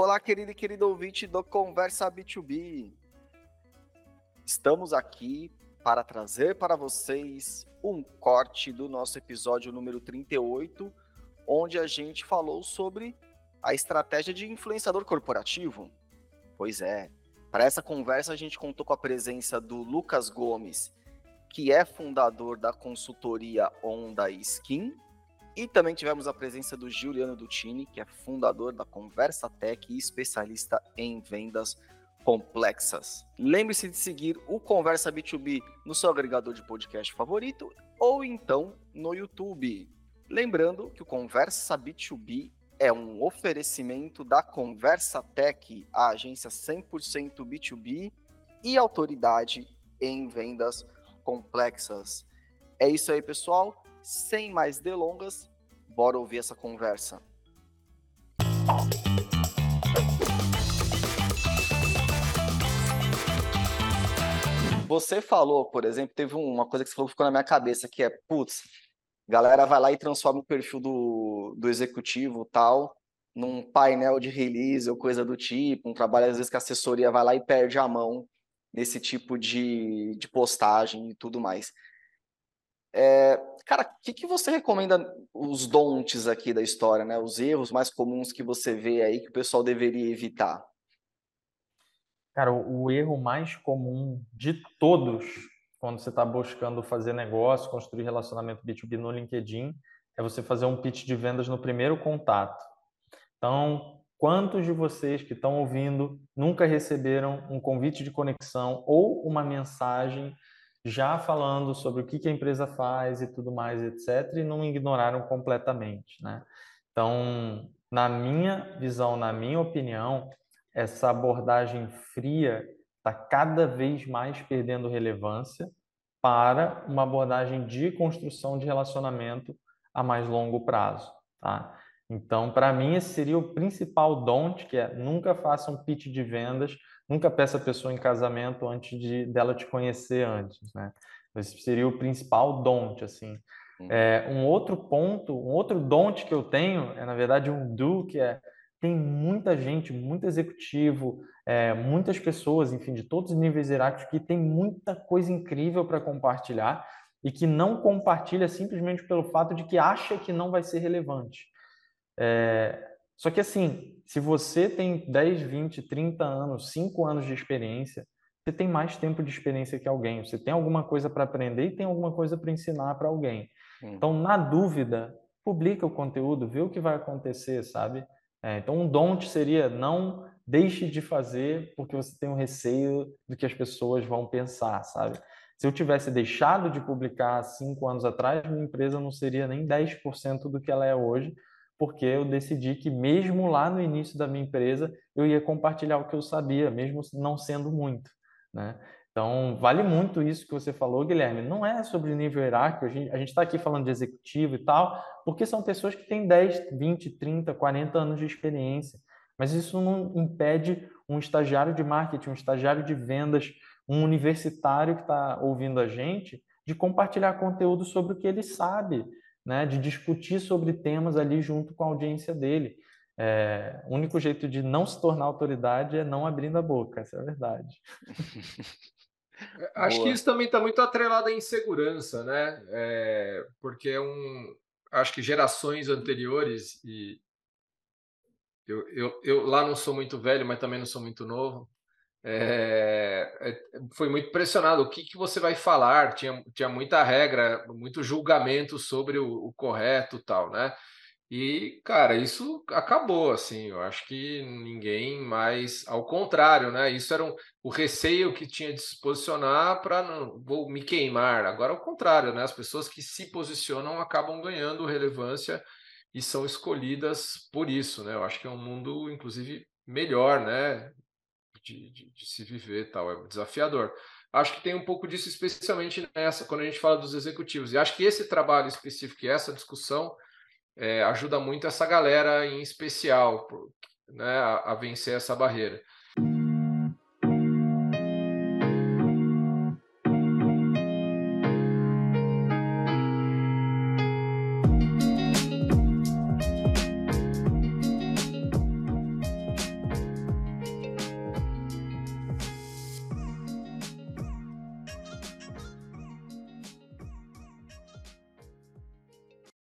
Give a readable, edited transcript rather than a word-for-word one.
Olá, querido e querido ouvinte do Conversa B2B. Estamos aqui para trazer para vocês um corte do nosso episódio número 38, onde a gente falou sobre a estratégia de influenciador corporativo. Pois é, para essa conversa a gente contou com a presença do Lucas Gomes, que é fundador da consultoria Onda Skin, e também tivemos a presença do Giuliano Dutini, que é fundador da Conversa Tech e especialista em vendas complexas. Lembre-se de seguir o Conversa B2B no seu agregador de podcast favorito ou então no YouTube. Lembrando que o Conversa B2B é um oferecimento da Conversa Tech, a agência 100% B2B e autoridade em vendas complexas. É isso aí, pessoal. Sem mais delongas, bora ouvir essa conversa. Você falou, por exemplo, teve uma coisa que você falou que ficou na minha cabeça, que é, putz, galera vai lá e transforma o perfil do executivo tal num painel de release ou coisa do tipo, um trabalho às vezes que a assessoria vai lá e perde a mão nesse tipo de postagem e tudo mais. Cara, o que você recomenda os don'ts aqui da história, né? Os erros mais comuns que você vê aí que o pessoal deveria evitar? Cara, o erro mais comum de todos, quando você está buscando fazer negócio, construir relacionamento B2B no LinkedIn, é você fazer um pitch de vendas no primeiro contato. Então, quantos de vocês que estão ouvindo nunca receberam um convite de conexão ou uma mensagem já falando sobre o que a empresa faz e tudo mais, etc., e não ignoraram completamente, né? Então, na minha visão, na minha opinião, essa abordagem fria está cada vez mais perdendo relevância para uma abordagem de construção de relacionamento a mais longo prazo, tá? Então, para mim, esse seria o principal don't, que é nunca faça um pitch de vendas, nunca peça a pessoa em casamento antes dela te conhecer antes, né? Esse seria o principal don't, assim. Um outro ponto, um outro don't que eu tenho é, na verdade, um do, que é tem muita gente, muito executivo, muitas pessoas, enfim, de todos os níveis hierárquicos que tem muita coisa incrível para compartilhar e que não compartilha simplesmente pelo fato de que acha que não vai ser relevante. Só que assim, se você tem 10, 20, 30 anos, 5 anos de experiência, você tem mais tempo de experiência que alguém, você tem alguma coisa para aprender e tem alguma coisa para ensinar para alguém. Então, na dúvida, publica o conteúdo, vê o que vai acontecer, sabe? Então, um don't seria não deixe de fazer porque você tem um receio do que as pessoas vão pensar, sabe? Se eu tivesse deixado de publicar 5 anos atrás, minha empresa não seria nem 10% do que ela é hoje, porque eu decidi que mesmo lá no início da minha empresa, eu ia compartilhar o que eu sabia, mesmo não sendo muito, né? Então, vale muito isso que você falou, Guilherme. Não é sobre nível hierárquico, a gente está aqui falando de executivo e tal, porque são pessoas que têm 10, 20, 30, 40 anos de experiência. Mas isso não impede um estagiário de marketing, um estagiário de vendas, um universitário que está ouvindo a gente, de compartilhar conteúdo sobre o que ele sabe, né, de discutir sobre temas ali junto com a audiência dele. O único jeito de não se tornar autoridade é não abrindo a boca, essa é a verdade. Acho que Boa. isso também está muito atrelado à insegurança, né? Porque acho que gerações anteriores, e eu lá não sou muito velho, mas também não sou muito novo, foi muito pressionado. O que você vai falar? Tinha muita regra, muito julgamento sobre o correto, tal, né? E, cara, isso acabou, assim. Eu acho que ninguém mais, ao contrário, né? Isso era o receio que tinha de se posicionar para não vou me queimar. Agora, ao contrário, né? As pessoas que se posicionam acabam ganhando relevância e são escolhidas por isso, né? Eu acho que é um mundo, inclusive, melhor, né? De se viver, tal, é desafiador. Acho que tem um pouco disso, especialmente nessa, quando a gente fala dos executivos. E acho que esse trabalho específico e essa discussão ajuda muito essa galera em especial, né, a vencer essa barreira.